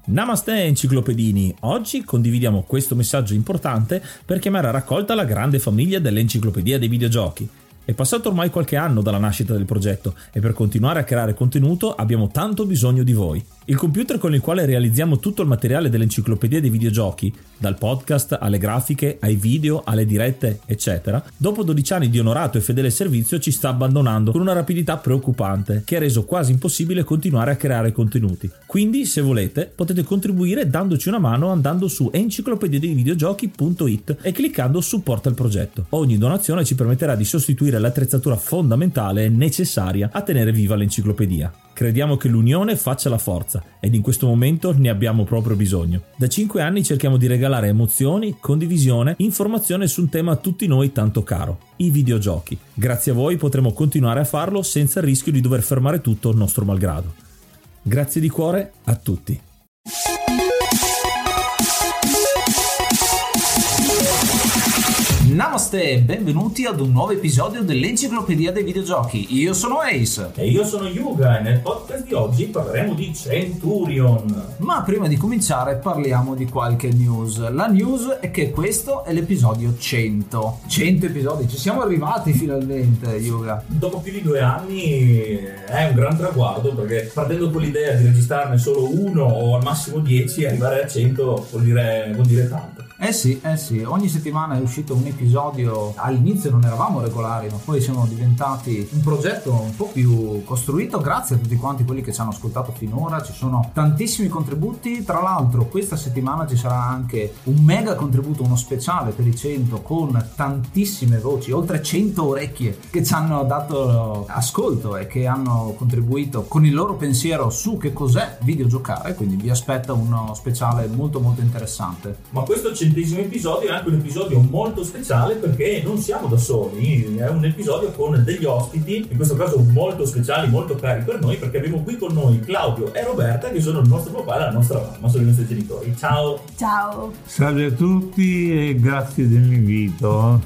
Namaste enciclopedini, oggi condividiamo questo messaggio importante per chiamare a raccolta la grande famiglia dell'Enciclopedia dei Videogiochi. È passato ormai qualche anno dalla nascita del progetto e per continuare a creare contenuto abbiamo tanto bisogno di voi. Il computer con il quale realizziamo tutto il materiale dell'Enciclopedia dei Videogiochi, dal podcast alle grafiche, ai video, alle dirette, eccetera, dopo 12 anni di onorato e fedele servizio ci sta abbandonando con una rapidità preoccupante che ha reso quasi impossibile continuare a creare contenuti. Quindi, se volete, potete contribuire dandoci una mano andando su enciclopediadeivideogiochi.it e cliccando supporta il progetto. Ogni donazione ci permetterà di sostituire l'attrezzatura fondamentale e necessaria a tenere viva l'enciclopedia. Crediamo che l'unione faccia la forza ed in questo momento ne abbiamo proprio bisogno. Da 5 anni cerchiamo di regalare emozioni, condivisione, informazione su un tema a tutti noi tanto caro, i videogiochi. Grazie a voi potremo continuare a farlo senza il rischio di dover fermare tutto nostro malgrado. Grazie di cuore a tutti. Namaste e benvenuti ad un nuovo episodio dell'Enciclopedia dei Videogiochi. Io sono Ace. E io sono Yuga e nel podcast di oggi parleremo di Centurion. Ma prima di cominciare parliamo di qualche news. La news è che questo è l'episodio 100. 100 episodi, ci siamo arrivati finalmente, Yuga. Dopo più di 2 anni è un gran traguardo, perché partendo con l'idea di registrarne solo uno o al massimo 10, arrivare a 100 vuol dire tanto. Eh sì, ogni settimana è uscito un episodio. All'inizio non eravamo regolari, ma poi siamo diventati un progetto un po' più costruito grazie a tutti quanti quelli che ci hanno ascoltato finora. Ci sono tantissimi contributi, tra l'altro questa settimana ci sarà anche un mega contributo, uno speciale per i 100 con tantissime voci, oltre 100 orecchie che ci hanno dato ascolto e che hanno contribuito con il loro pensiero su che cos'è videogiocare, quindi vi aspetta uno speciale molto molto interessante. Ma questo 100° episodio è anche un episodio molto speciale perché non siamo da soli, è un episodio con degli ospiti, in questo caso molto speciali, molto cari per noi, perché abbiamo qui con noi Claudio e Roberta, che sono il nostro papà e la nostra mamma, sono i nostri genitori. Ciao! Ciao! Salve a tutti e grazie dell'invito.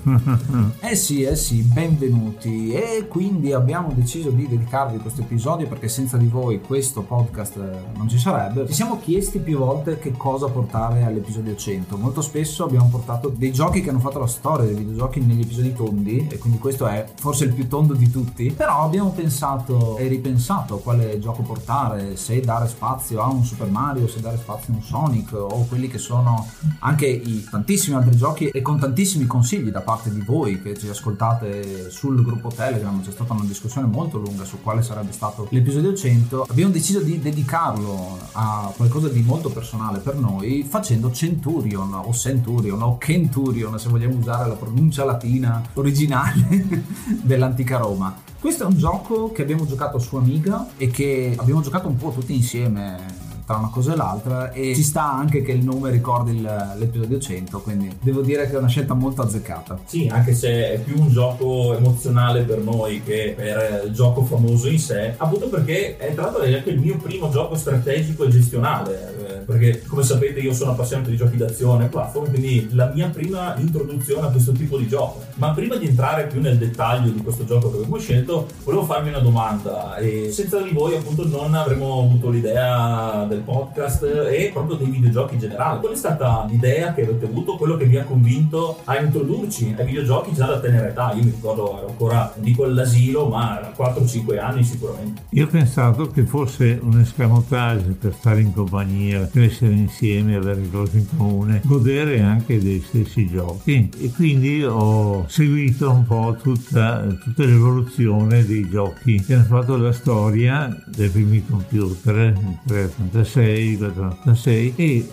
Eh sì, benvenuti. E quindi abbiamo deciso di dedicarvi questo episodio perché senza di voi questo podcast non ci sarebbe. Ci siamo chiesti più volte che cosa portare all'episodio 100. Molto spesso abbiamo portato dei giochi che hanno fatto la storia dei videogiochi negli episodi tondi, e quindi questo è forse il più tondo di tutti. Però abbiamo pensato e ripensato quale gioco portare, se dare spazio a un Super Mario, se dare spazio a un Sonic, o quelli che sono anche i tantissimi altri giochi, e con tantissimi consigli da parte di voi che ci ascoltate sul gruppo Telegram. C'è stata una discussione molto lunga su quale sarebbe stato l'episodio 100. Abbiamo deciso di dedicarlo a qualcosa di molto personale per noi, facendo Centurion o Centurion o Kenturion, se vogliamo usare la pronuncia latina originale dell'antica Roma. Questo è un gioco che abbiamo giocato su Amiga e che abbiamo giocato un po' tutti insieme tra una cosa e l'altra, e ci sta anche che il nome ricordi l'episodio 100, quindi devo dire che è una scelta molto azzeccata. Sì, anche se è più un gioco emozionale per noi che per il gioco famoso in sé, appunto perché è tra l'altro anche il mio primo gioco strategico e gestionale, perché come sapete io sono appassionato di giochi d'azione e platform, quindi la mia prima introduzione a questo tipo di gioco. Ma prima di entrare più nel dettaglio di questo gioco che abbiamo scelto, volevo farvi una domanda, e senza di voi appunto non avremmo avuto l'idea del podcast e proprio dei videogiochi in generale. Qual è stata l'idea che avete avuto, quello che vi ha convinto a introdurci ai videogiochi già da tenera età? Io mi ricordo, ero ancora, dico all'asilo, ma 4-5 anni sicuramente. Io ho pensato che fosse un escamotage per stare in compagnia, crescere insieme, avere cose in comune, godere anche dei stessi giochi, e quindi ho seguito un po' tutta l'evoluzione dei giochi che hanno fatto la storia dei primi computer, il 386, 486, e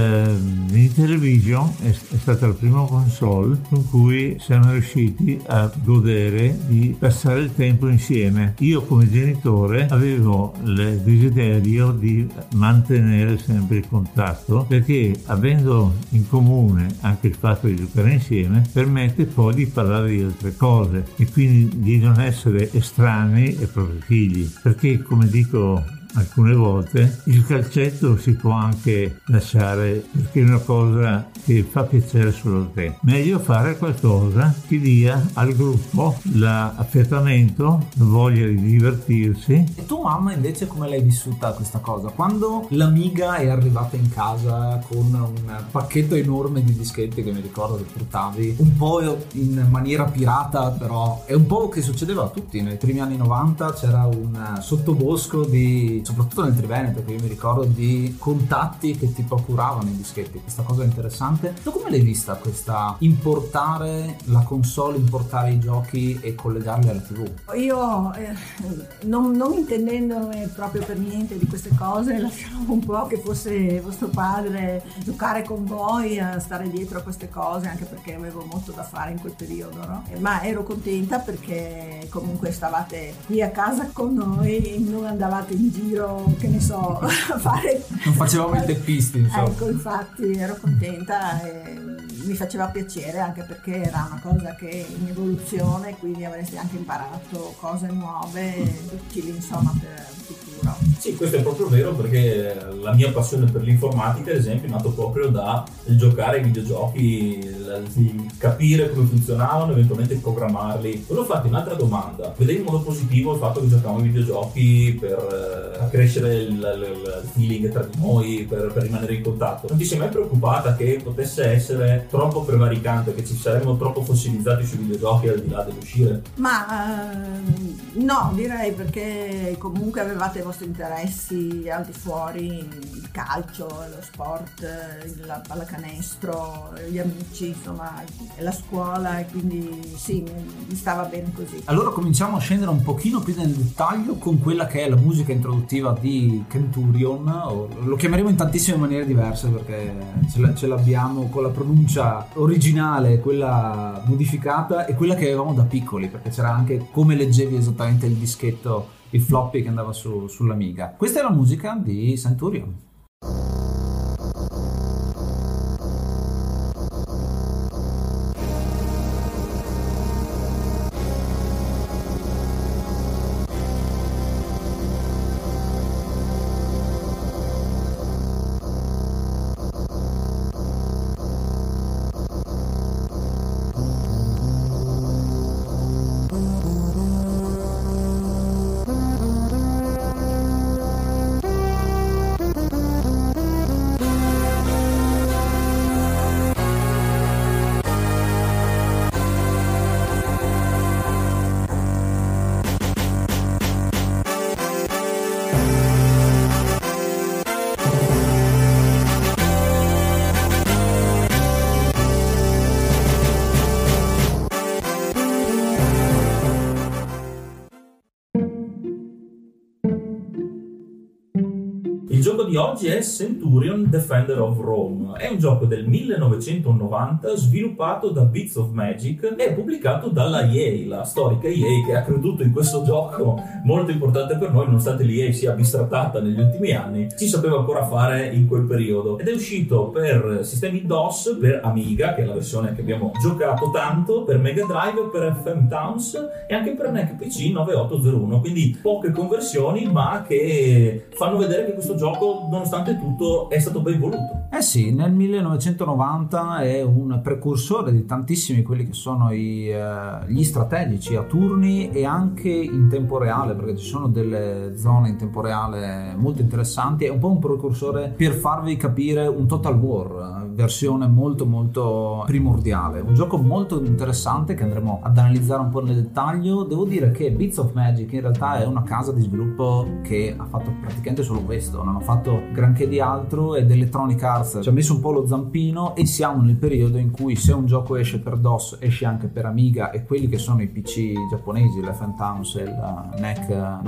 l'Intellivision è stata la prima console con cui siamo riusciti a godere di passare il tempo insieme. Io come genitore avevo il desiderio di mantenere sempre il contatto, perché avendo in comune anche il fatto di giocare insieme permette poi di parlare di altre cose e quindi di non essere estranei ai propri figli, perché come dico alcune volte il calcetto si può anche lasciare, perché è una cosa che fa piacere solo a te. Meglio fare qualcosa che dia al gruppo l'affiatamento, la voglia di divertirsi. E tu mamma invece come l'hai vissuta questa cosa? Quando l'Amiga è arrivata in casa con un pacchetto enorme di dischetti che mi ricordo che portavi, un po' in maniera pirata, però è un po' che succedeva a tutti. Nei primi anni 90 c'era un sottobosco di, soprattutto nel Triveneto, che io mi ricordo, di contatti che ti procuravano i dischetti. Questa cosa è interessante. Tu come l'hai vista questa importare la console, importare i giochi e collegarli alla TV? Io non intendendone proprio per niente di queste cose, lasciavo un po' che fosse vostro padre a giocare con voi, a stare dietro a queste cose, anche perché avevo molto da fare in quel periodo, no? Ma ero contenta perché comunque stavate qui a casa con noi e non andavate in giro, che ne so, a fare... Non facevamo i teppisti, insomma. Ecco, infatti ero contenta e mi faceva piacere, anche perché era una cosa che in evoluzione, quindi avresti anche imparato cose nuove e utili, insomma, per il futuro. Sì, questo è proprio vero, perché la mia passione per l'informatica, ad esempio, è nato proprio da giocare ai videogiochi, di capire come funzionavano, eventualmente programmarli. Volevo farti un'altra domanda. Vedevi in modo positivo il fatto che giocavamo ai videogiochi per accrescere il feeling tra di noi, per rimanere in contatto? Non ti sei mai preoccupata che potesse essere troppo prevaricante, che ci saremmo troppo fossilizzati sui videogiochi al di là dell'uscire? Ma no, direi, perché comunque avevate i vostri interessi al di fuori, il calcio, lo sport, la pallacanestro, gli amici, insomma, la scuola, e quindi sì, mi stava bene così. Allora cominciamo a scendere un pochino più nel dettaglio con quella che è la musica introduttiva di Kenturion. Lo chiameremo in tantissime maniere diverse, perché ce l'abbiamo con la pronuncia originale, quella modificata e quella che avevamo da piccoli, perché c'era anche come leggevi esattamente il dischetto, il floppy che andava sull'Amiga. Questa è la musica di Centurion. Il gioco di oggi è Centurion Defender of Rome. È un gioco del 1990 sviluppato da Bits of Magic e pubblicato dalla EA, la storica EA che ha creduto in questo gioco molto importante per noi, nonostante l'EA sia bistrattata negli ultimi anni, si sapeva ancora fare in quel periodo. Ed è uscito per sistemi DOS, per Amiga, che è la versione che abbiamo giocato tanto, per Mega Drive, per FM Towns e anche per NEC PC 9801, quindi poche conversioni, ma che fanno vedere che questo gioco, nonostante tutto, è stato ben voluto. Eh sì, nel 1990 è un precursore di tantissimi quelli che sono gli strategici a turni e anche in tempo reale, perché ci sono delle zone in tempo reale molto interessanti. È un po' un precursore per farvi capire un Total War, versione molto molto primordiale. Un gioco molto interessante che andremo ad analizzare un po' nel dettaglio. Devo dire che Bits of Magic in realtà è una casa di sviluppo che ha fatto praticamente solo questo, non ha fatto granché di altro, ed Electronic Arts ci ha messo un po' lo zampino, e siamo nel periodo in cui se un gioco esce per DOS esce anche per Amiga e quelli che sono i PC giapponesi, l'FM Towns e il NEC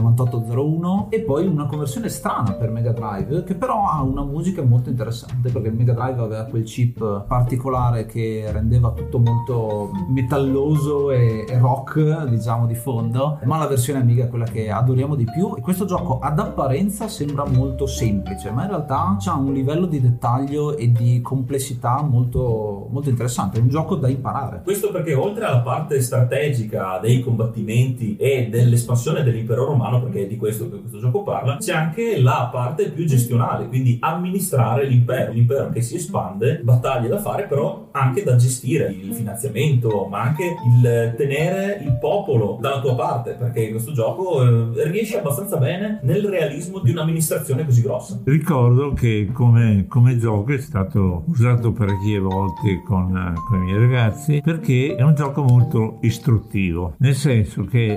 9801, e poi una conversione strana per Mega Drive che però ha una musica molto interessante, perché il Mega Drive aveva quel chip particolare che rendeva tutto molto metalloso e rock, diciamo, di fondo, ma la versione Amiga è quella che adoriamo di più. E questo gioco ad apparenza sembra molto semplice, semplice, ma in realtà ha un livello di dettaglio e di complessità molto, molto interessante, è un gioco da imparare. Questo perché oltre alla parte strategica dei combattimenti e dell'espansione dell'impero romano, perché è di questo che questo gioco parla, c'è anche la parte più gestionale, quindi amministrare l'impero che si espande, battaglie da fare, però anche da gestire, il finanziamento, ma anche il tenere il popolo dalla tua parte, perché questo gioco riesce abbastanza bene nel realismo di un'amministrazione così grossa. Ricordo che come gioco è stato usato parecchie volte con i miei ragazzi, perché è un gioco molto istruttivo, nel senso che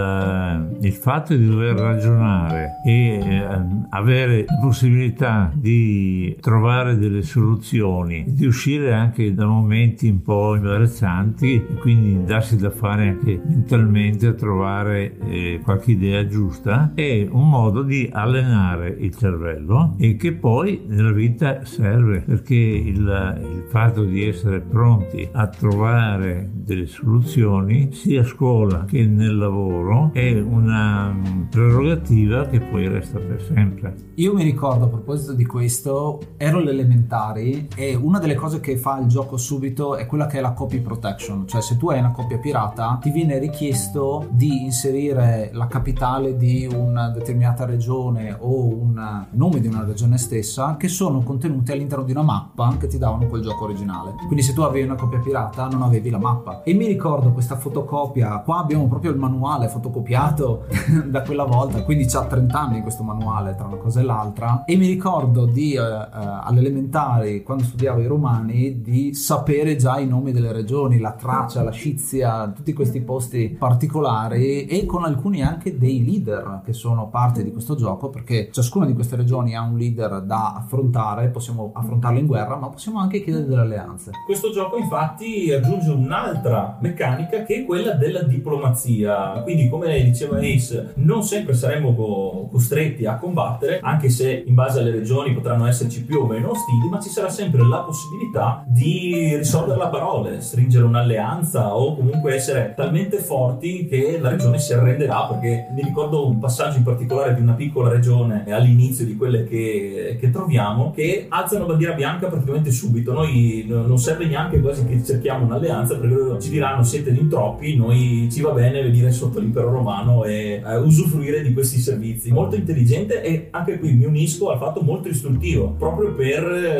il fatto di dover ragionare e avere la possibilità di trovare delle soluzioni, di uscire anche da momenti un po' imbarazzanti e quindi darsi da fare anche mentalmente a trovare qualche idea giusta, è un modo di allenare il cervello e che poi nella vita serve, perché il fatto di essere pronti a trovare delle soluzioni sia a scuola che nel lavoro è una prerogativa che poi resta per sempre. Io mi ricordo, a proposito di questo, ero alle elementari e una delle cose che fa il gioco subito è quella che è la copy protection, cioè se tu hai una copia pirata ti viene richiesto di inserire la capitale di una determinata regione o un nome di una regione stessa che sono contenuti all'interno di una mappa che ti davano quel gioco originale. Quindi se tu avevi una copia pirata non avevi la mappa. E mi ricordo questa fotocopia, qua abbiamo proprio il manuale fotocopiato da quella volta, quindi c'ha 30 anni questo manuale tra una cosa e l'altra, e mi ricordo di alle elementari, quando studiavo i romani, di sapere già i nomi delle regioni, la Tracia, la Scizia, tutti questi posti particolari, e con alcuni anche dei leader che sono parte di questo gioco, perché ciascuna di queste regioni ha un leader da affrontare, possiamo affrontarlo in guerra, ma possiamo anche chiedere delle alleanze. Questo gioco infatti aggiunge un'altra meccanica che è quella della diplomazia, quindi come diceva Ace, non sempre saremo costretti a combattere, anche se in base alle regioni potranno esserci più o meno ostili, ma ci sarà sempre la possibilità di risolvere a parole, stringere un'alleanza o comunque essere talmente forti che la regione si arrenderà, perché mi ricordo un passaggio in particolare di una piccola regione all'inizio di quelle che troviamo, che alzano bandiera bianca praticamente subito. Noi non serve neanche quasi che cerchiamo un'alleanza, perché loro ci diranno siete in troppi, noi ci va bene venire sotto l'impero romano e usufruire di questi servizi. Molto intelligente, e anche qui mi unisco al fatto molto istruttivo, proprio per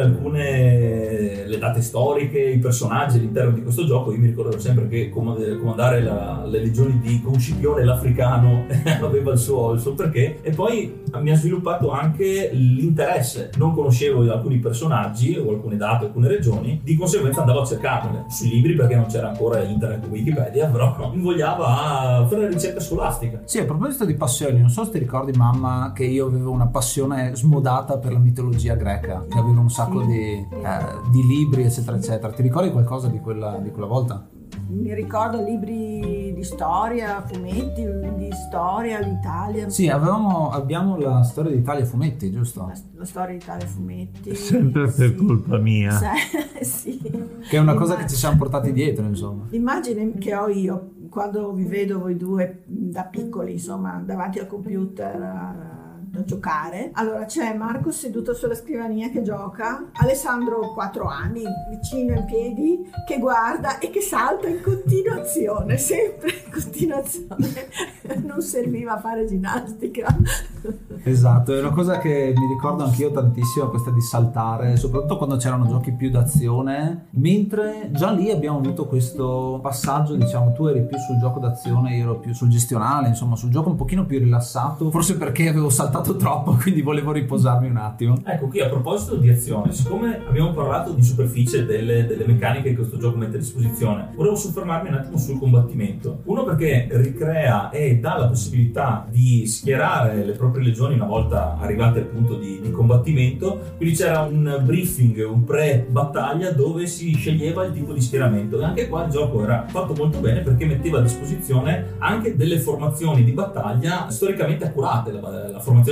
alcune le date storiche, i personaggi all'interno di questo gioco. Io mi ricordo sempre che comandare le legioni di Conscipione l'Africano aveva il suo perché, e poi mi ha sviluppato anche l'interesse. Non conoscevo alcuni personaggi o alcune date, alcune regioni, di conseguenza andavo a cercarle sui libri, perché non c'era ancora internet o Wikipedia, però mi invogliava a fare la ricerca scolastica. Sì, a proposito di passioni, non so se ti ricordi, mamma, che io avevo una passione smodata per la mitologia greca, che avevo un sacco di libri eccetera eccetera. Ti ricordi qualcosa di quella volta? Mi ricordo libri di storia, fumetti di storia, l'Italia. Sì, abbiamo la storia d'Italia fumetti, giusto? La storia d'Italia fumetti. Sempre per colpa mia. Sì. Che è una cosa che ci siamo portati dietro, insomma. L'immagine che ho io quando vi vedo voi due da piccoli, insomma, davanti al computer a giocare. Allora c'è Marco seduto sulla scrivania che gioca, Alessandro 4 anni vicino in piedi che guarda e che salta in continuazione, sempre in continuazione. Non serviva a fare ginnastica. Esatto, è una cosa che mi ricordo anch'io tantissimo, questa di saltare, soprattutto quando c'erano giochi più d'azione, mentre già lì abbiamo avuto questo passaggio, diciamo, tu eri più sul gioco d'azione, io ero più sul gestionale, insomma sul gioco un pochino più rilassato, forse perché avevo saltato troppo, quindi volevo riposarmi un attimo. Ecco, qui a proposito di azione, siccome abbiamo parlato di superficie delle meccaniche che questo gioco mette a disposizione, volevo soffermarmi un attimo sul combattimento. Uno, perché ricrea e dà la possibilità di schierare le proprie legioni una volta arrivate al punto di combattimento, quindi c'era un briefing, un pre-battaglia dove si sceglieva il tipo di schieramento, e anche qua il gioco era fatto molto bene perché metteva a disposizione anche delle formazioni di battaglia storicamente accurate. La formazione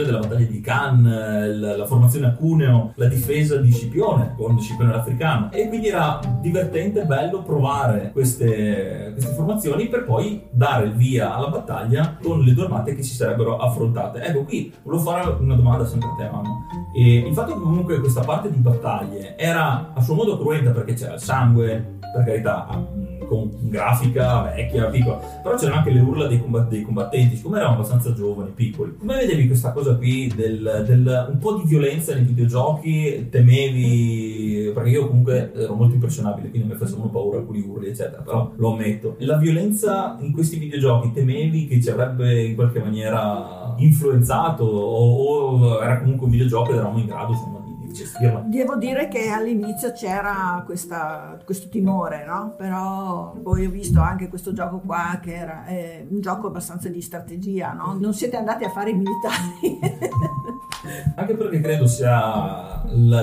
l'organizzazione della battaglia di Cannes, la formazione a Cuneo, la difesa di Scipione con Scipione l'Africano, e quindi era divertente, bello provare queste formazioni per poi dare il via alla battaglia con le due armate che si sarebbero affrontate. Ecco, qui volevo fare una domanda sempre a te, mamma. E il fatto che comunque questa parte di battaglie era a suo modo cruenta, perché c'era il sangue, per carità, con grafica vecchia, piccola, però c'erano anche le urla dei combattenti, siccome eravamo abbastanza giovani, piccoli. Come vedevi questa cosa qui del un po' di violenza nei videogiochi? Temevi? Perché io comunque ero molto impressionabile, quindi mi facevano paura alcuni urli eccetera, però lo ammetto. La violenza in questi videogiochi temevi che ci avrebbe in qualche maniera influenzato, o era comunque un videogioco ed eravamo in grado, insomma, di gestirla? Devo dire che all'inizio c'era questo timore, no? Però poi ho visto anche questo gioco qua che era un gioco abbastanza di strategia, no? Non siete andati a fare i militari. Anche perché credo sia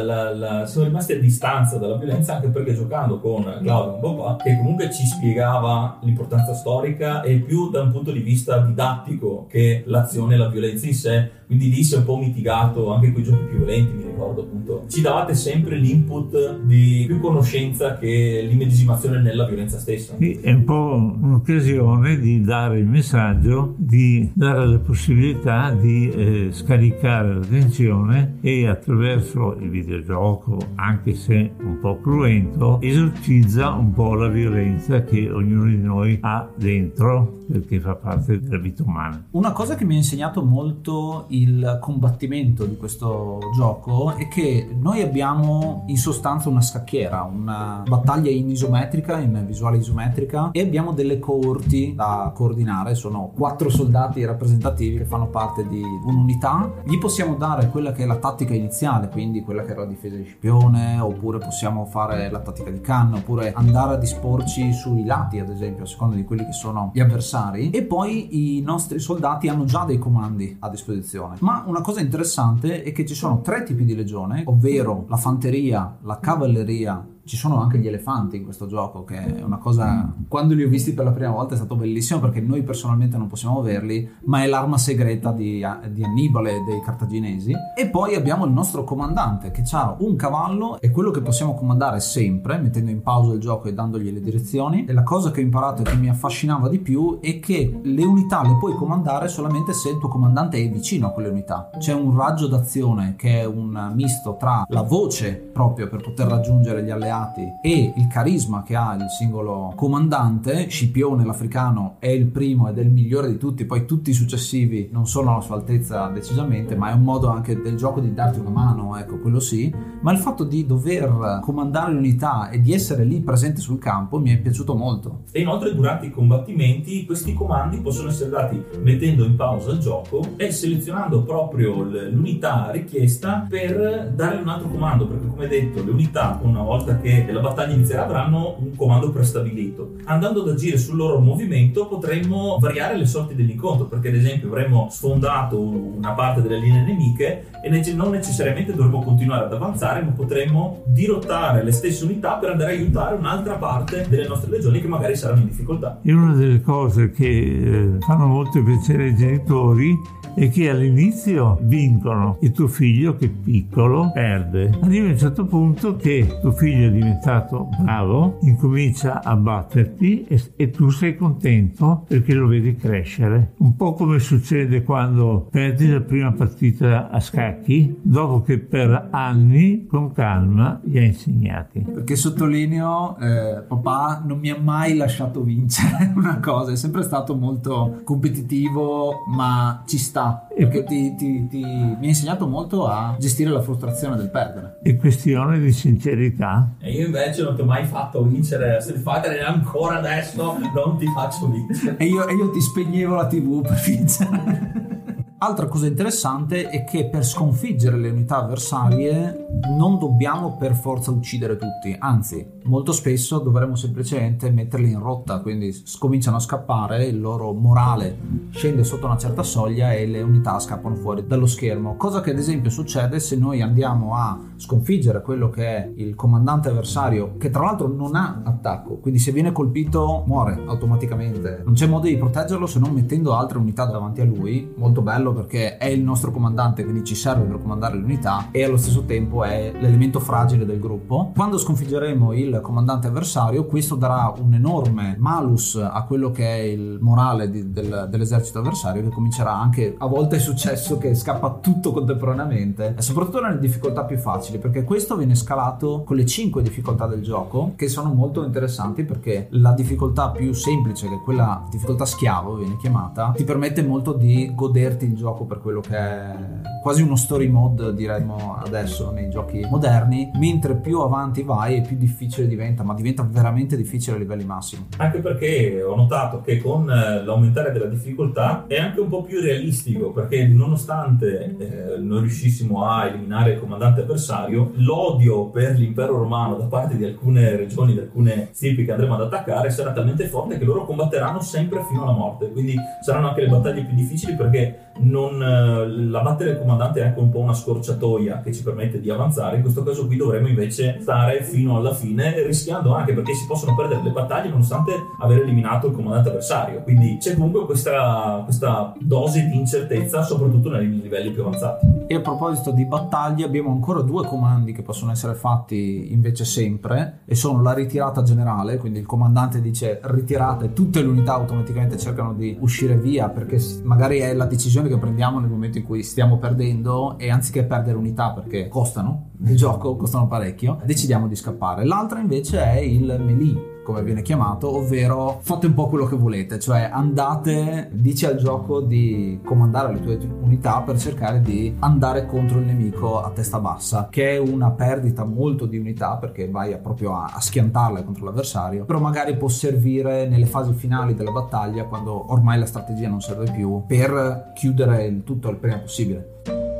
siamo rimasti a distanza dalla violenza, anche perché giocando con Claudio Bopà, che comunque ci spiegava l'importanza storica e più da un punto di vista didattico che l'azione e la violenza in sé, quindi lì si è un po' mitigato anche quei giochi più violenti. Mi ricordo appunto ci davate sempre l'input di più conoscenza che l'immedesimazione nella violenza stessa. Sì, è un po' un'occasione di dare il messaggio, di dare la possibilità di scaricare la tensione e attraverso il videogioco, anche se un po' cruento, esorcizza un po' la violenza che ognuno di noi ha dentro, perché fa parte della vita umana. Una cosa che mi ha insegnato molto il combattimento di questo gioco è che noi abbiamo in sostanza una scacchiera, una battaglia in isometrica, in visuale isometrica, e abbiamo delle coorti da coordinare. Sono 4 soldati rappresentativi che fanno parte di un'unità. Gli possiamo dare quella che è la tattica iniziale, quindi quella che era la difesa di Scipione, oppure possiamo fare la tattica di Cannes, oppure andare a disporci sui lati, ad esempio, a seconda di quelli che sono gli avversari, e poi i nostri soldati hanno già dei comandi a disposizione. Ma una cosa interessante è che ci sono 3 tipi di legione, ovvero la fanteria, la cavalleria. Ci sono anche gli elefanti in questo gioco, che è una cosa, quando li ho visti per la prima volta è stato bellissimo, perché noi personalmente non possiamo averli, ma è l'arma segreta di Annibale e dei cartaginesi. E poi abbiamo il nostro comandante che ha un cavallo, è quello che possiamo comandare sempre mettendo in pausa il gioco e dandogli le direzioni. E la cosa che ho imparato e che mi affascinava di più è che le unità le puoi comandare solamente se il tuo comandante è vicino a quelle unità. C'è un raggio d'azione che è un misto tra la voce proprio per poter raggiungere gli alleati e il carisma che ha il singolo comandante. Scipione l'Africano è il primo ed è il migliore di tutti, poi tutti i successivi non sono alla sua altezza decisamente, ma è un modo anche del gioco di darti una mano, ecco, quello sì. Ma il fatto di dover comandare l'unità e di essere lì presente sul campo mi è piaciuto molto. E inoltre durante i combattimenti questi comandi possono essere dati mettendo in pausa il gioco e selezionando proprio l'unità richiesta per darle un altro comando, perché come detto le unità, una volta che la battaglia inizierà, avranno un comando prestabilito. Andando ad agire sul loro movimento potremmo variare le sorti dell'incontro, perché ad esempio avremmo sfondato una parte delle linee nemiche e non necessariamente dovremmo continuare ad avanzare, ma potremmo dirottare le stesse unità per andare a aiutare un'altra parte delle nostre legioni che magari saranno in difficoltà. E una delle cose che fanno molto piacere ai genitori è che all'inizio vincono e tuo figlio, che è piccolo, perde. Arriva a un certo punto che tuo figlio è diventato bravo, incomincia a batterti e tu sei contento perché lo vedi crescere. Un po' come succede quando perdi la prima partita a scacchi dopo che per anni con calma gli hai insegnati. Perché sottolineo, papà non mi ha mai lasciato vincere una cosa, è sempre stato molto competitivo, ma ci sta, perché mi ha insegnato molto a gestire la frustrazione del perdere. È questione di sincerità. E io invece non ti ho mai fatto vincere a Street Fighter e ancora adesso non ti faccio vincere. E io ti spegnevo la TV per vincere. Altra cosa interessante è che per sconfiggere le unità avversarie non dobbiamo per forza uccidere tutti, anzi molto spesso dovremo semplicemente metterli in rotta, quindi scominciano a scappare, il loro morale scende sotto una certa soglia e le unità scappano fuori dallo schermo, cosa che ad esempio succede se noi andiamo a sconfiggere quello che è il comandante avversario, che tra l'altro non ha attacco, quindi se viene colpito muore automaticamente, non c'è modo di proteggerlo se non mettendo altre unità davanti a lui. Molto bello bello perché è il nostro comandante, quindi ci serve per comandare l'unità, e allo stesso tempo è l'elemento fragile del gruppo. Quando sconfiggeremo il comandante avversario, questo darà un enorme malus a quello che è il morale dell'esercito avversario, che comincerà anche, a volte è successo che scappa tutto contemporaneamente, e soprattutto nelle difficoltà più facili, perché questo viene scalato con le 5 difficoltà del gioco, che sono molto interessanti, perché la difficoltà più semplice, che è quella difficoltà schiavo viene chiamata, ti permette molto di goderti il gioco per quello che è quasi uno story mode, diremmo adesso nei giochi moderni, mentre più avanti vai e più difficile diventa, ma diventa veramente difficile a livelli massimi. Anche perché ho notato che con l'aumentare della difficoltà è anche un po' più realistico, perché nonostante non riuscissimo a eliminare il comandante avversario, l'odio per l'impero romano da parte di alcune regioni, di alcune stirpi che andremo ad attaccare, sarà talmente forte che loro combatteranno sempre fino alla morte. Quindi saranno anche le battaglie più difficili, perché l'abbattere il comandante è anche un po' una scorciatoia che ci permette di avanzare. In questo caso qui dovremo invece stare fino alla fine, rischiando anche, perché si possono perdere le battaglie nonostante aver eliminato il comandante avversario. Quindi c'è comunque questa dose di incertezza, soprattutto nei livelli più avanzati. E a proposito di battaglie, abbiamo ancora 2 comandi che possono essere fatti invece sempre, e sono la ritirata generale, quindi il comandante dice ritirate, e tutte le unità automaticamente cercano di uscire via, perché magari è la decisione che prendiamo nel momento in cui stiamo perdendo, e anziché perdere unità perché costano, il gioco costano parecchio, decidiamo di scappare. L'altra invece è il melee, come viene chiamato, ovvero fate un po' quello che volete, cioè andate, dici al gioco di comandare le tue unità per cercare di andare contro il nemico a testa bassa, che è una perdita molto di unità, perché vai proprio a schiantarle contro l'avversario, però magari può servire nelle fasi finali della battaglia, quando ormai la strategia non serve più, per chiudere il tutto il prima possibile.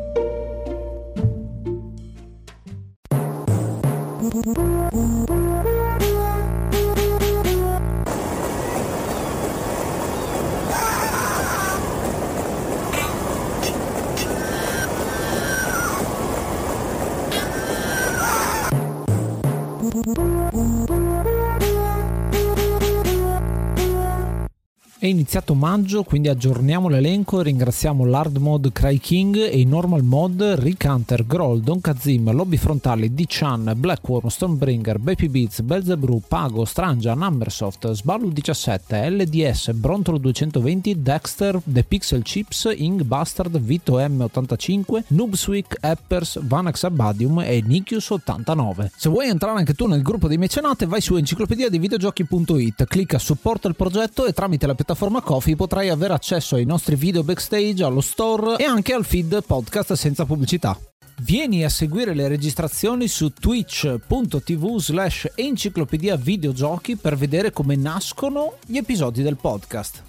È iniziato maggio, quindi aggiorniamo l'elenco e ringraziamo l'Hard Mode Cry King e i Normal Mode Rick Hunter, Groll, Don Kazim, Lobby Frontali, D-Chan, Blackworm, Stonebringer, Baby Beats, Belzebrew, Pago, Strangia, Numbersoft, Sballu 17, LDS, Brontolo 220, Dexter, The Pixel Chips, Ing Bastard, Vito M85, Noobswick, Eppers, Vanax Abadium e Nikius 89. Se vuoi entrare anche tu nel gruppo dei mecenate, vai su enciclopediadivideogiochi.it, clicca supporta il progetto e tramite la piattaforma Ko-fi potrai avere accesso ai nostri video backstage, allo store e anche al feed podcast senza pubblicità. Vieni a seguire le registrazioni su twitch.tv/enciclopedia videogiochi per vedere come nascono gli episodi del podcast.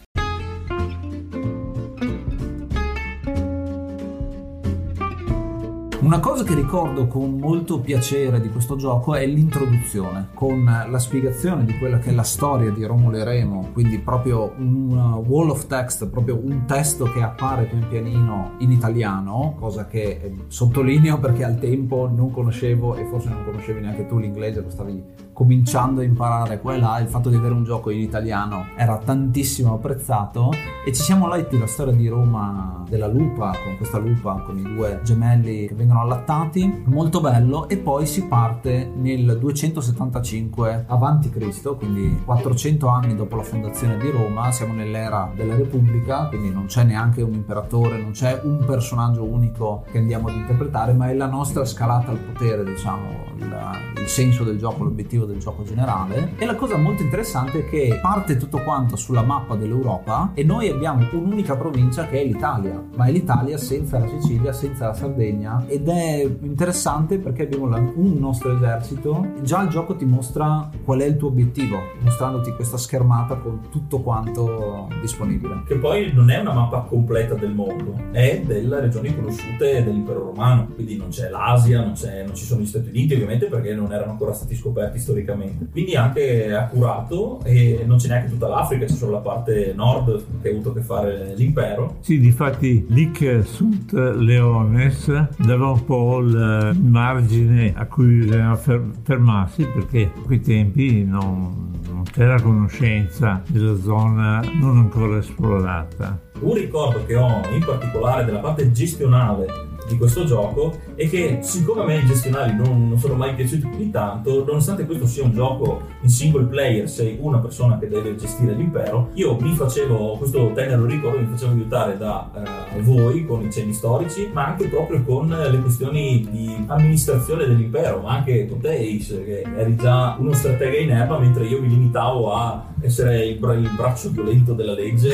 Una cosa che ricordo con molto piacere di questo gioco è l'introduzione, con la spiegazione di quella che è la storia di Romolo e Remo, quindi proprio un wall of text, proprio un testo che appare pian pianino in italiano, cosa che sottolineo perché al tempo non conoscevo, e forse non conoscevi neanche tu l'inglese, lo stavi cominciando a imparare qua e là. Il fatto di avere un gioco in italiano era tantissimo apprezzato, e ci siamo letti la storia di Roma, della lupa, con questa lupa con i 2 gemelli che vengono allattati, molto bello. E poi si parte nel 275 avanti Cristo, quindi 400 anni dopo la fondazione di Roma. Siamo nell'era della Repubblica, quindi non c'è neanche un imperatore, non c'è un personaggio unico che andiamo ad interpretare, ma è la nostra scalata al potere, diciamo, il senso del gioco, l'obiettivo del gioco generale. E la cosa molto interessante è che parte tutto quanto sulla mappa dell'Europa, e noi abbiamo un'unica provincia che è l'Italia, ma è l'Italia senza la Sicilia, senza la Sardegna, ed è interessante perché abbiamo un nostro esercito. Già il gioco ti mostra qual è il tuo obiettivo, mostrandoti questa schermata con tutto quanto disponibile, che poi non è una mappa completa del mondo, è delle regioni conosciute dell'impero romano, quindi non c'è l'Asia, non ci sono gli Stati Uniti ovviamente, perché non erano ancora stati scoperti storicamente, quindi anche accurato. E non c'è neanche tutta l'Africa, c'è solo la parte nord che ha avuto a che fare l'impero. Sì, difatti Lic sunt Leones dava un po' il margine a cui bisogna fermarsi, perché a quei tempi non c'era conoscenza della zona non ancora esplorata. Un ricordo che ho in particolare della parte gestionale di questo gioco è che, siccome a me i gestionali non sono mai piaciuti più di tanto, nonostante questo sia un gioco in single player, sei una persona che deve gestire l'impero, io mi facevo, questo tenero ricordo, mi facevo aiutare da voi con i cenni storici, ma anche proprio con le questioni di amministrazione dell'impero, ma anche con te, Ace, che eri già uno stratega in erba, mentre io mi limitavo a essere il braccio violento della legge.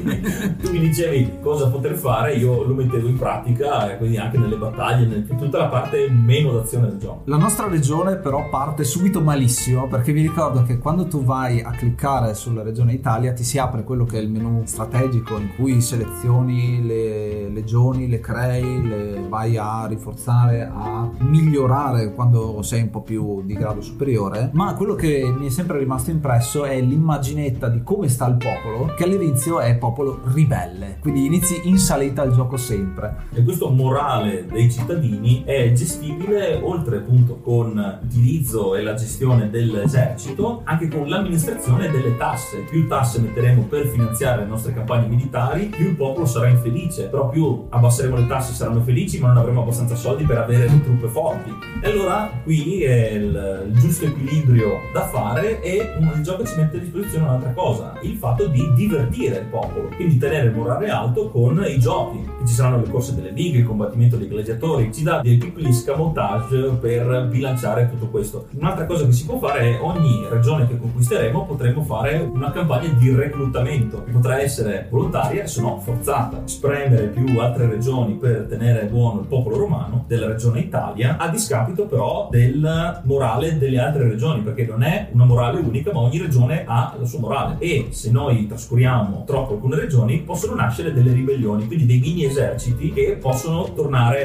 Tu mi dicevi cosa poter fare, io lo mettevo in pratica, quindi anche nelle battaglie, tutta la parte meno d'azione del gioco. La nostra regione però parte subito malissimo, perché vi ricordo che quando tu vai a cliccare sulla regione Italia ti si apre quello che è il menu strategico, in cui selezioni le legioni, le crei, le vai a rinforzare, a migliorare quando sei un po' più di grado superiore. Ma quello che mi è sempre rimasto impresso è l'immaginetta di come sta il popolo, che all'inizio è popolo ribelle, quindi inizi in salita il gioco sempre. E questo morale dei cittadini è gestibile, oltre appunto con l'utilizzo e la gestione dell'esercito, anche con l'amministrazione delle tasse. Più tasse metteremo per finanziare le nostre campagne militari, più il popolo sarà infelice, però più abbasseremo le tasse saranno felici, ma non avremo abbastanza soldi per avere le truppe forti. E allora qui è il giusto equilibrio da fare, e il gioco ci mette a disposizione un'altra cosa, il fatto di divertire il popolo, quindi tenere il morale alto con i giochi, che ci saranno le corse delle dighe, il combattimento dei gladiatori, ci dà dei piccoli scamotage per bilanciare tutto questo. Un'altra cosa che si può fare è, ogni regione che conquisteremo potremo fare una campagna di reclutamento, che potrà essere volontaria, se no forzata, spremere più altre regioni per tenere buono il popolo romano della regione Italia, a discapito però del morale delle altre regioni, perché non è una morale unica, ma ogni regione ha la sua morale, e se noi trascuriamo troppo alcune regioni possono nascere delle ribellioni, quindi dei mini eserciti che possono tornare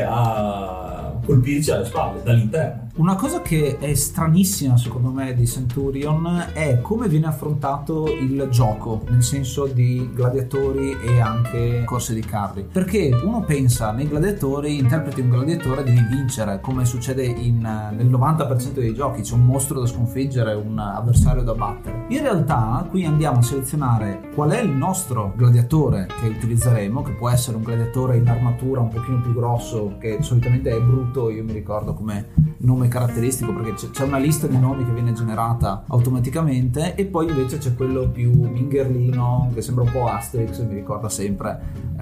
a colpirci alle spalle dall'interno. Una cosa che è stranissima secondo me di Centurion è come viene affrontato il gioco, nel senso di gladiatori e anche corse di carri, perché uno pensa, nei gladiatori, interpreti un gladiatore, devi vincere, come succede nel 90% dei giochi, c'è un mostro da sconfiggere, un avversario da battere. In realtà qui andiamo a selezionare qual è il nostro gladiatore che utilizzeremo, che può essere un gladiatore in armatura un pochino più grosso, che solitamente è Bruto, io mi ricordo come nome caratteristico, perché c'è una lista di nomi che viene generata automaticamente, e poi invece c'è quello più mingherlino che sembra un po' Asterix, mi ricorda sempre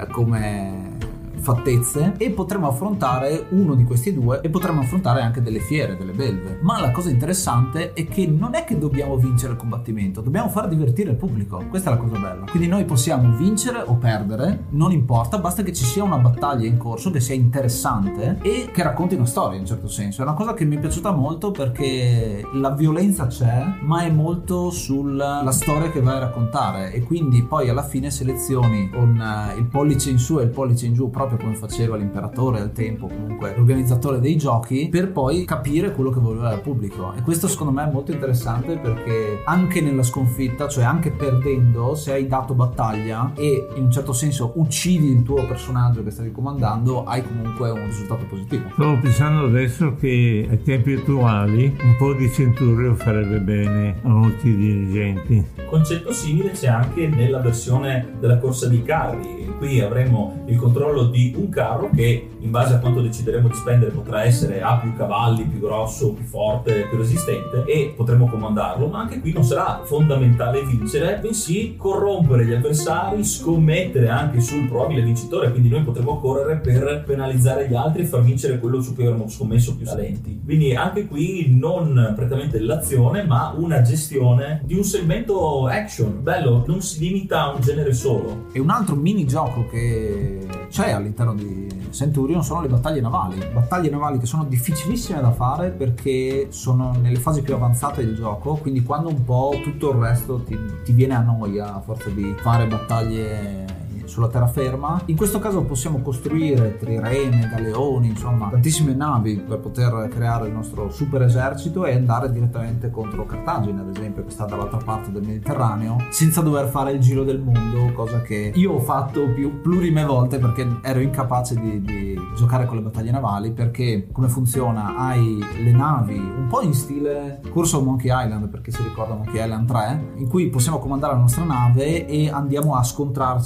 come fattezze, e potremo affrontare uno di questi due, e potremo affrontare anche delle fiere, delle belve. Ma la cosa interessante è che non è che dobbiamo vincere il combattimento, dobbiamo far divertire il pubblico, questa è la cosa bella. Quindi noi possiamo vincere o perdere, non importa, basta che ci sia una battaglia in corso che sia interessante e che racconti una storia, in un certo senso. È una cosa che mi è piaciuta molto, perché la violenza c'è, ma è molto sulla storia che vai a raccontare, e quindi poi alla fine selezioni con il pollice in su e il pollice in giù, proprio come faceva l'imperatore al tempo, comunque l'organizzatore dei giochi, per poi capire quello che voleva il pubblico. E questo secondo me è molto interessante, perché anche nella sconfitta, cioè anche perdendo, se hai dato battaglia e in un certo senso uccidi il tuo personaggio che stavi comandando, hai comunque un risultato positivo. Stavo pensando adesso che ai tempi attuali un po' di Centurion farebbe bene a molti dirigenti. Concetto simile c'è anche nella versione della corsa dei carri. Qui avremo il controllo di un carro che, in base a quanto decideremo di spendere, potrà essere a più cavalli, più grosso, più forte, più resistente, e potremo comandarlo. Ma anche qui non sarà fondamentale vincere, bensì corrompere gli avversari, scommettere anche sul probabile vincitore, quindi noi potremo correre per penalizzare gli altri e far vincere quello su cui avremo scommesso più talenti. Quindi anche qui non prettamente l'azione, ma una gestione di un segmento action bello, non si limita a un genere solo. E un altro minigioco che c'è all'interno di Centurion sono le battaglie navali che sono difficilissime da fare, perché sono nelle fasi più avanzate del gioco, quindi quando un po' tutto il resto ti viene a noia a forza di fare battaglie sulla terraferma. In questo caso possiamo costruire trireme, galeoni, insomma tantissime navi per poter creare il nostro super esercito e andare direttamente contro Cartagine, ad esempio, che sta dall'altra parte del Mediterraneo, senza dover fare il giro del mondo, cosa che io ho fatto plurime volte perché ero incapace di giocare con le battaglie navali. Perché come funziona? Hai le navi un po' in stile Curse of Monkey Island, perché si ricorda Monkey Island 3, in cui possiamo comandare la nostra nave e andiamo a scontrarci con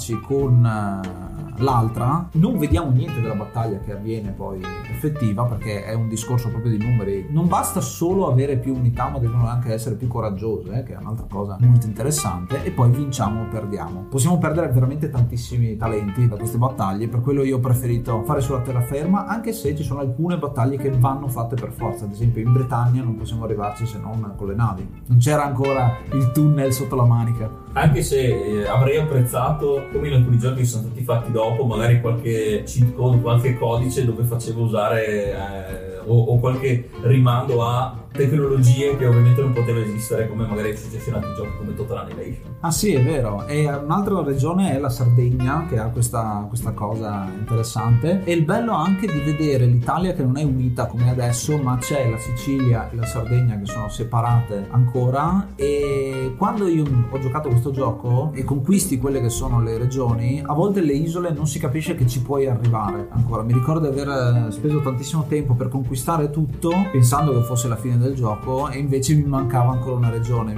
con l'altra non vediamo niente della battaglia che avviene poi effettiva, perché è un discorso proprio di numeri. Non basta solo avere più unità, ma devono anche essere più coraggiose, che è un'altra cosa molto interessante, e poi vinciamo o perdiamo. Possiamo perdere veramente tantissimi talenti da queste battaglie, per quello io ho preferito fare sulla terraferma, anche se ci sono alcune battaglie che vanno fatte per forza. Ad esempio in Britannia non possiamo arrivarci se non con le navi, non c'era ancora il tunnel sotto la manica. Anche se avrei apprezzato, come in alcuni giochi che sono stati fatti dopo, magari qualche cheat code, qualche codice dove facevo usare o qualche rimando a tecnologie che ovviamente non poteva esistere, come magari è successo in altri giochi come Total Annihilation. Ah sì, è vero. E un'altra regione è la Sardegna, che ha questa cosa interessante, e il bello anche di vedere l'Italia che non è unita come adesso, ma c'è la Sicilia e la Sardegna che sono separate ancora. E quando io ho giocato questo gioco e conquisti quelle che sono le regioni, a volte le isole non si capisce che ci puoi arrivare ancora. Mi ricordo di aver speso tantissimo tempo per conquistare tutto pensando che fosse la fine del gioco, e invece mi mancava ancora una regione,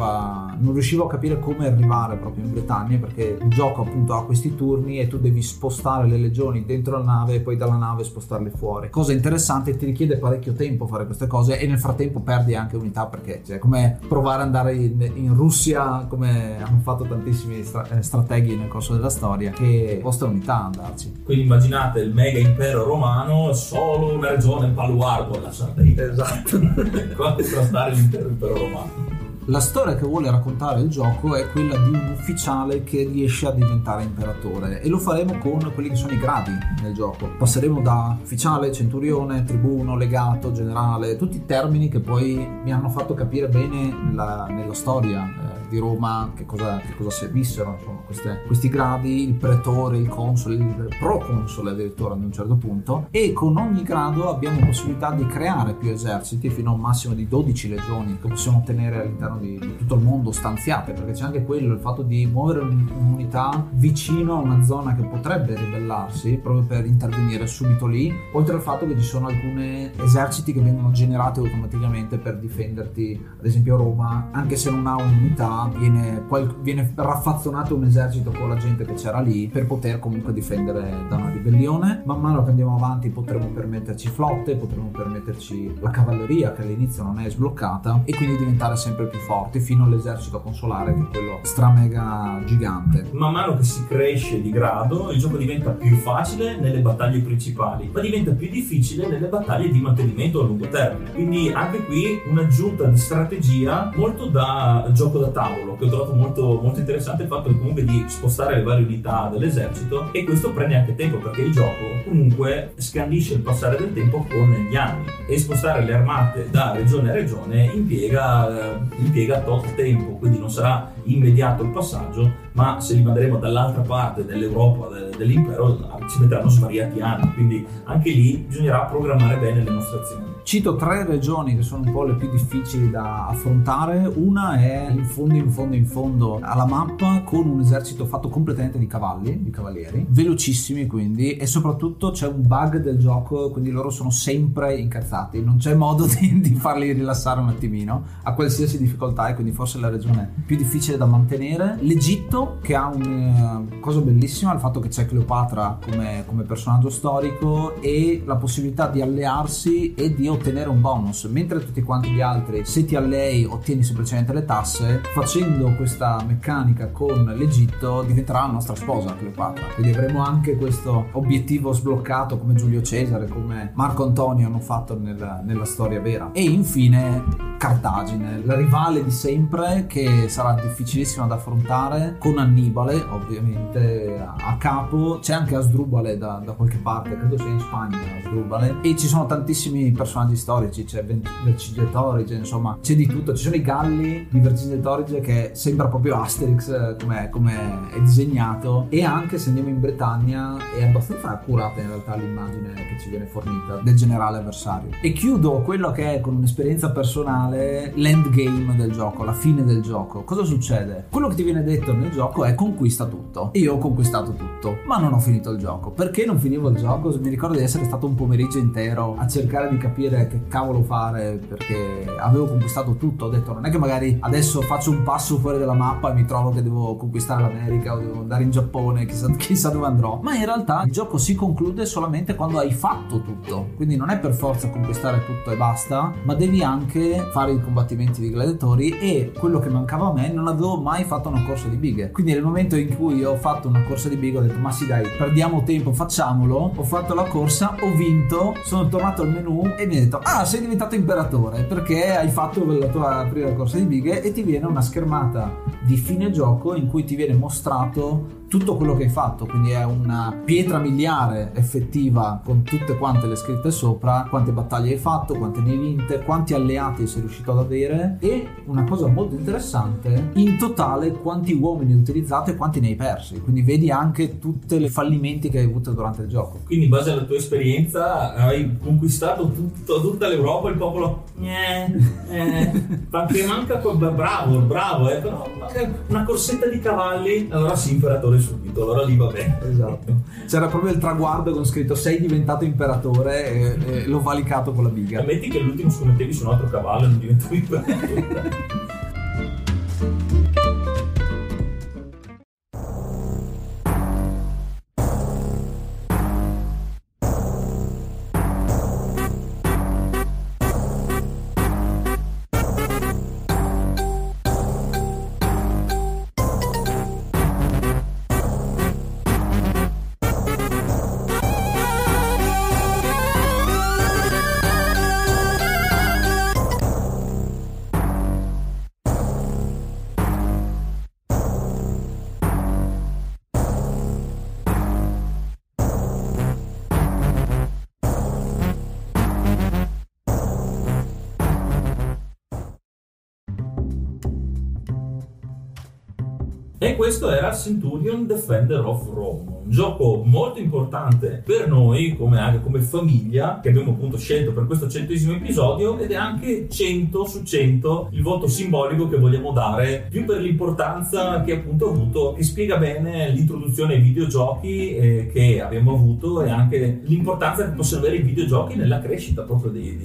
non riuscivo a capire come arrivare proprio in Britannia, perché il gioco appunto ha questi turni e tu devi spostare le legioni dentro la nave e poi dalla nave spostarle fuori. Cosa interessante, ti richiede parecchio tempo fare queste cose, e nel frattempo perdi anche unità, perché è come provare ad andare in Russia, come hanno fatto tantissimi strateghi nel corso della storia, che costa unità andarci. Quindi immaginate il mega impero romano, solo una regione baluardo, la Sardegna. Esatto. Contrastare l'intero impero romano. La storia che vuole raccontare il gioco è quella di un ufficiale che riesce a diventare imperatore, e lo faremo con quelli che sono i gradi nel gioco. Passeremo da ufficiale, centurione, tribuno, legato, generale, tutti termini che poi mi hanno fatto capire bene nella storia di Roma che cosa servissero, insomma, questi gradi, il pretore, il console, il proconsole addirittura ad un certo punto. E con ogni grado abbiamo possibilità di creare più eserciti, fino a un massimo di 12 legioni che possiamo tenere all'interno di tutto il mondo stanziate, perché c'è anche quello, il fatto di muovere un'unità vicino a una zona che potrebbe ribellarsi, proprio per intervenire subito lì, oltre al fatto che ci sono alcuni eserciti che vengono generati automaticamente per difenderti. Ad esempio Roma, anche se non ha un'unità, viene raffazzonato un esercito con la gente che c'era lì per poter comunque difendere da una ribellione. Man mano che andiamo avanti potremo permetterci flotte, potremo permetterci la cavalleria, che all'inizio non è sbloccata, e quindi diventare sempre più forti fino all'esercito consolare, che è quello stramega gigante. Man mano che si cresce di grado, il gioco diventa più facile nelle battaglie principali, ma diventa più difficile nelle battaglie di mantenimento a lungo termine. Quindi anche qui un'aggiunta di strategia molto da gioco da tavolo, che ho trovato molto, molto interessante, il fatto comunque di spostare le varie unità dell'esercito, e questo prende anche tempo, perché il gioco comunque scandisce il passare del tempo con gli anni, e spostare le armate da regione a regione impiega tot tempo, quindi non sarà immediato il passaggio, ma se li manderemo dall'altra parte dell'Europa, dell'impero, ci metteranno svariati anni, quindi anche lì bisognerà programmare bene le nostre azioni. Cito 3 regioni che sono un po' le più difficili da affrontare. Una è in fondo alla mappa, con un esercito fatto completamente di cavalieri, velocissimi quindi, e soprattutto c'è un bug del gioco, quindi loro sono sempre incazzati, non c'è modo di farli rilassare un attimino a qualsiasi difficoltà, e quindi forse è la regione più difficile da mantenere. L'Egitto, che ha una cosa bellissima, il fatto che c'è Cleopatra come personaggio storico, e la possibilità di allearsi e di ottenere un bonus, mentre tutti quanti gli altri, se ti allei, ottieni semplicemente le tasse. Facendo questa meccanica con l'Egitto diventerà la nostra sposa Cleopatra, quindi avremo anche questo obiettivo sbloccato, come Giulio Cesare, come Marco Antonio hanno fatto nella storia vera. E infine Cartagine, la rivale di sempre, che sarà difficilissima da affrontare, con Annibale ovviamente a capo. C'è anche Asdrubale da qualche parte, credo sia in Spagna Asdrubale, e ci sono tantissimi personaggi storici, c'è Vercingetorige, insomma c'è di tutto. Ci sono i Galli di Vercingetorige, che sembra proprio Asterix come è disegnato, e anche se andiamo in Britannia è abbastanza accurata in realtà l'immagine che ci viene fornita del generale avversario. E chiudo quello che è con un'esperienza personale finale, l'endgame del gioco, la fine del gioco. Cosa succede? Quello che ti viene detto nel gioco è conquista tutto. Io ho conquistato tutto, ma non ho finito il gioco. Perché non finivo il gioco? Mi ricordo di essere stato un pomeriggio intero a cercare di capire che cavolo fare, perché avevo conquistato tutto. Ho detto, non è che magari adesso faccio un passo fuori dalla mappa e mi trovo che devo conquistare l'America o devo andare in Giappone, chissà dove andrò. Ma in realtà il gioco si conclude solamente quando hai fatto tutto, quindi non è per forza conquistare tutto e basta, ma devi anche fare i combattimenti di gladiatori. E quello che mancava a me, non avevo mai fatto una corsa di bighe, quindi nel momento in cui ho fatto una corsa di bighe ho detto, ma sì dai, perdiamo tempo, facciamolo. Ho fatto la corsa, ho vinto, sono tornato al menu e mi ha detto, sei diventato imperatore perché hai fatto la tua prima corsa di bighe, e ti viene una schermata di fine gioco in cui ti viene mostrato tutto quello che hai fatto, quindi è una pietra miliare effettiva con tutte quante le scritte sopra, quante battaglie hai fatto, quante ne hai vinte, quanti alleati sei riuscito ad avere, e una cosa molto interessante, in totale quanti uomini hai utilizzato e quanti ne hai persi, quindi vedi anche tutti i fallimenti che hai avuto durante il gioco. Quindi in base alla tua esperienza hai conquistato tutta l'Europa, il popolo che manca bravo però manca una corsetta di cavalli, allora sì, imperatore subito, allora lì va bene. Esatto, c'era proprio il traguardo con scritto sei diventato imperatore e l'ho valicato con la biga. Ammetti che l'ultimo scommettevi su un altro cavallo e non diventavi imperatore. E questo era Centurion Defender of Rome, un gioco molto importante per noi, anche come famiglia, che abbiamo appunto scelto per questo 100° episodio, ed è anche 100 su 100 il voto simbolico che vogliamo dare, più per l'importanza che appunto ha avuto, che spiega bene l'introduzione ai videogiochi che abbiamo avuto, e anche l'importanza che possono avere i videogiochi nella crescita proprio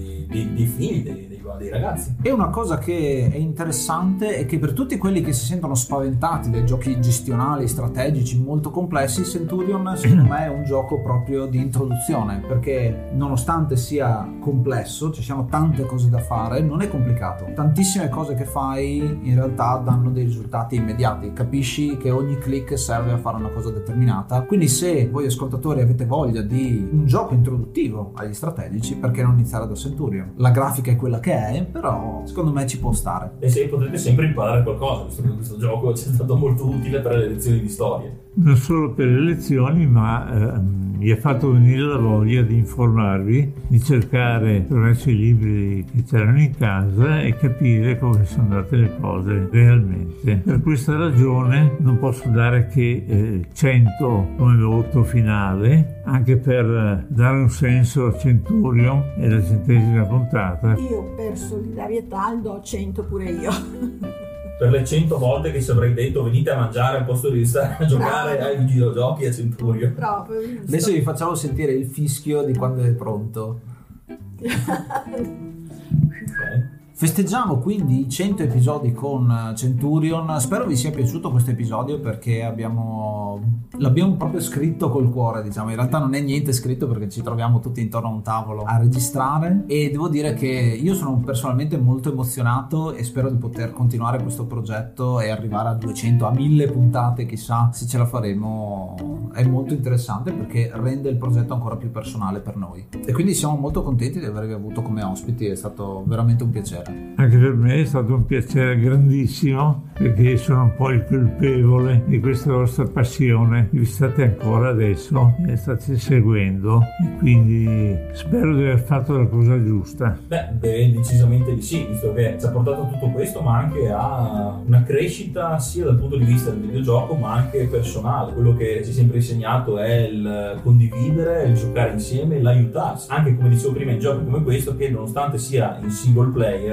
dei figli, dei ragazzi. E una cosa che è interessante è che per tutti quelli che si sentono spaventati dai giochi gestionali, strategici, molto complessi, Centurion secondo me è un gioco proprio di introduzione, perché nonostante sia complesso, ci siano tante cose da fare, non è complicato. Tantissime cose che fai in realtà danno dei risultati immediati, capisci che ogni click serve a fare una cosa determinata. Quindi se voi ascoltatori avete voglia di un gioco introduttivo agli strategici, perché non iniziare da Centurion? La grafica è quella che è, però secondo me ci può stare. E se potete sempre imparare qualcosa, visto che questo gioco ci è stato molto utile per le lezioni di storia. Non solo per le lezioni, ma mi ha fatto venire la voglia di informarvi, di cercare attraverso i libri che c'erano in casa e capire come sono andate le cose realmente. Per questa ragione non posso dare che 100 come voto finale, anche per dare un senso a Centurion e la 100ª puntata. Io per solidarietà do 100 pure io. Per le 100 volte che ci avrei detto venite a mangiare al posto di stare a giocare ai videogiochi a Centurion. Proprio. Adesso vi facciamo sentire il fischio di quando è pronto. Okay. Festeggiamo quindi i 100 episodi con Centurion. Spero vi sia piaciuto questo episodio, perché l'abbiamo proprio scritto col cuore, diciamo. In realtà non è niente scritto, perché ci troviamo tutti intorno a un tavolo a registrare, e devo dire che io sono personalmente molto emozionato e spero di poter continuare questo progetto e arrivare a 200, a 1000 puntate, chissà se ce la faremo. È molto interessante perché rende il progetto ancora più personale per noi, e quindi siamo molto contenti di avervi avuto come ospiti. È stato veramente un piacere. Anche per me è stato un piacere grandissimo, perché sono un po' il colpevole di questa vostra passione che vi state ancora adesso e state seguendo, e quindi spero di aver fatto la cosa giusta. Decisamente di sì, visto che ci ha portato a tutto questo, ma anche a una crescita sia dal punto di vista del videogioco ma anche personale. Quello che ci è sempre insegnato è il condividere, il giocare insieme, l'aiutarsi, anche come dicevo prima in giochi come questo, che nonostante sia in single player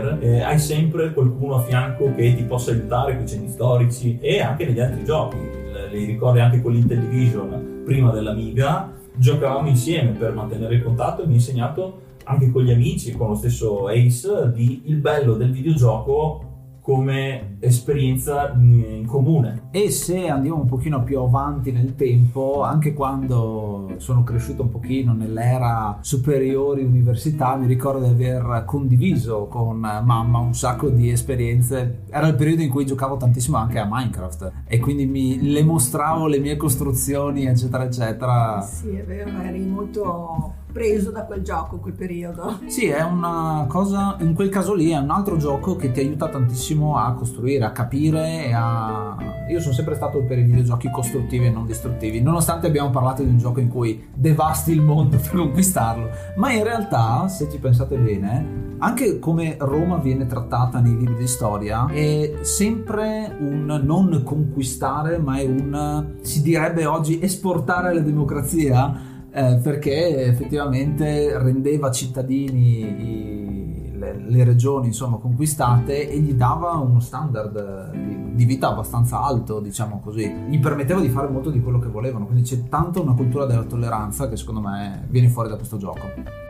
multiplayer, hai sempre qualcuno a fianco che ti possa aiutare con i cenni storici, e anche negli altri giochi. Li ricordi anche con l'Intellivision prima dell'Amiga, giocavamo insieme per mantenere il contatto, e mi ha insegnato anche con gli amici, con lo stesso Ace, il bello del videogioco come esperienza in comune. E se andiamo un pochino più avanti nel tempo, anche quando sono cresciuto un pochino nell'era superiori università, mi ricordo di aver condiviso con mamma un sacco di esperienze. Era il periodo in cui giocavo tantissimo anche a Minecraft, e quindi le mostravo le mie costruzioni, eccetera eccetera. Sì, è vero, eri molto preso da quel gioco, quel periodo. Sì, è una cosa, in quel caso lì è un altro gioco che ti aiuta tantissimo a costruire, a capire e a... Io sono sempre stato per i videogiochi costruttivi e non distruttivi, nonostante abbiamo parlato di un gioco in cui devasti il mondo per conquistarlo, ma in realtà, se ci pensate bene, anche come Roma viene trattata nei libri di storia è sempre un non conquistare, ma è un, si direbbe oggi, esportare la democrazia, perché effettivamente rendeva cittadini le regioni, insomma, conquistate, e gli dava uno standard di vita abbastanza alto, diciamo così, gli permetteva di fare molto di quello che volevano, quindi c'è tanto una cultura della tolleranza che secondo me viene fuori da questo gioco.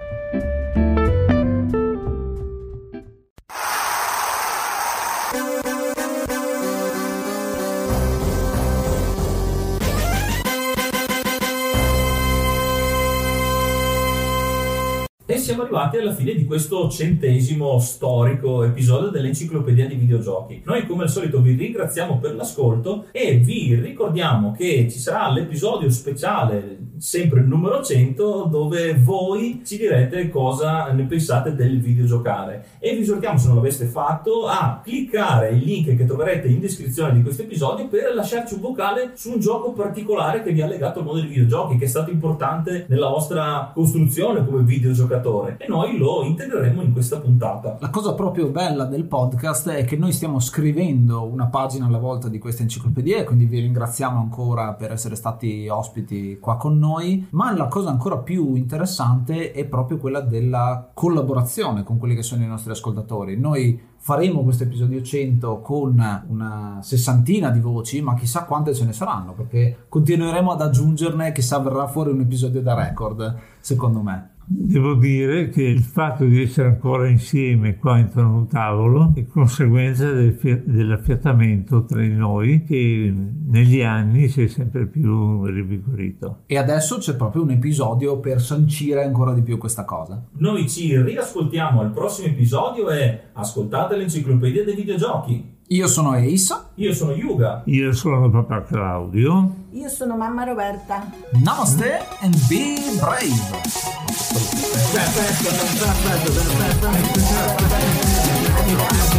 E siamo arrivati alla fine di questo 100° storico episodio dell'Enciclopedia di Videogiochi. Noi come al solito vi ringraziamo per l'ascolto e vi ricordiamo che ci sarà l'episodio speciale, sempre il numero 100, dove voi ci direte cosa ne pensate del videogiocare, e vi esortiamo, se non l'aveste fatto, a cliccare il link che troverete in descrizione di questo episodio per lasciarci un vocale su un gioco particolare che vi ha legato al mondo dei videogiochi, che è stato importante nella vostra costruzione come videogiocatore, e noi lo integreremo in questa puntata. La cosa proprio bella del podcast è che noi stiamo scrivendo una pagina alla volta di questa enciclopedia, e quindi vi ringraziamo ancora per essere stati ospiti qua con noi, ma la cosa ancora più interessante è proprio quella della collaborazione con quelli che sono i nostri ascoltatori. Noi faremo questo episodio 100 con una 60ina di voci, ma chissà quante ce ne saranno, perché continueremo ad aggiungerne, chissà verrà fuori un episodio da record, secondo me. Devo dire che il fatto di essere ancora insieme qua intorno a un tavolo è conseguenza dell'affiatamento tra di noi, che negli anni si è sempre più rivigorito. E adesso c'è proprio un episodio per sancire ancora di più questa cosa. Noi ci riascoltiamo al prossimo episodio e ascoltate l'Enciclopedia dei Videogiochi. Io sono Ace. Io sono Yuga. Io sono papà Claudio. Io sono mamma Roberta. Namaste and be brave. Perfetto.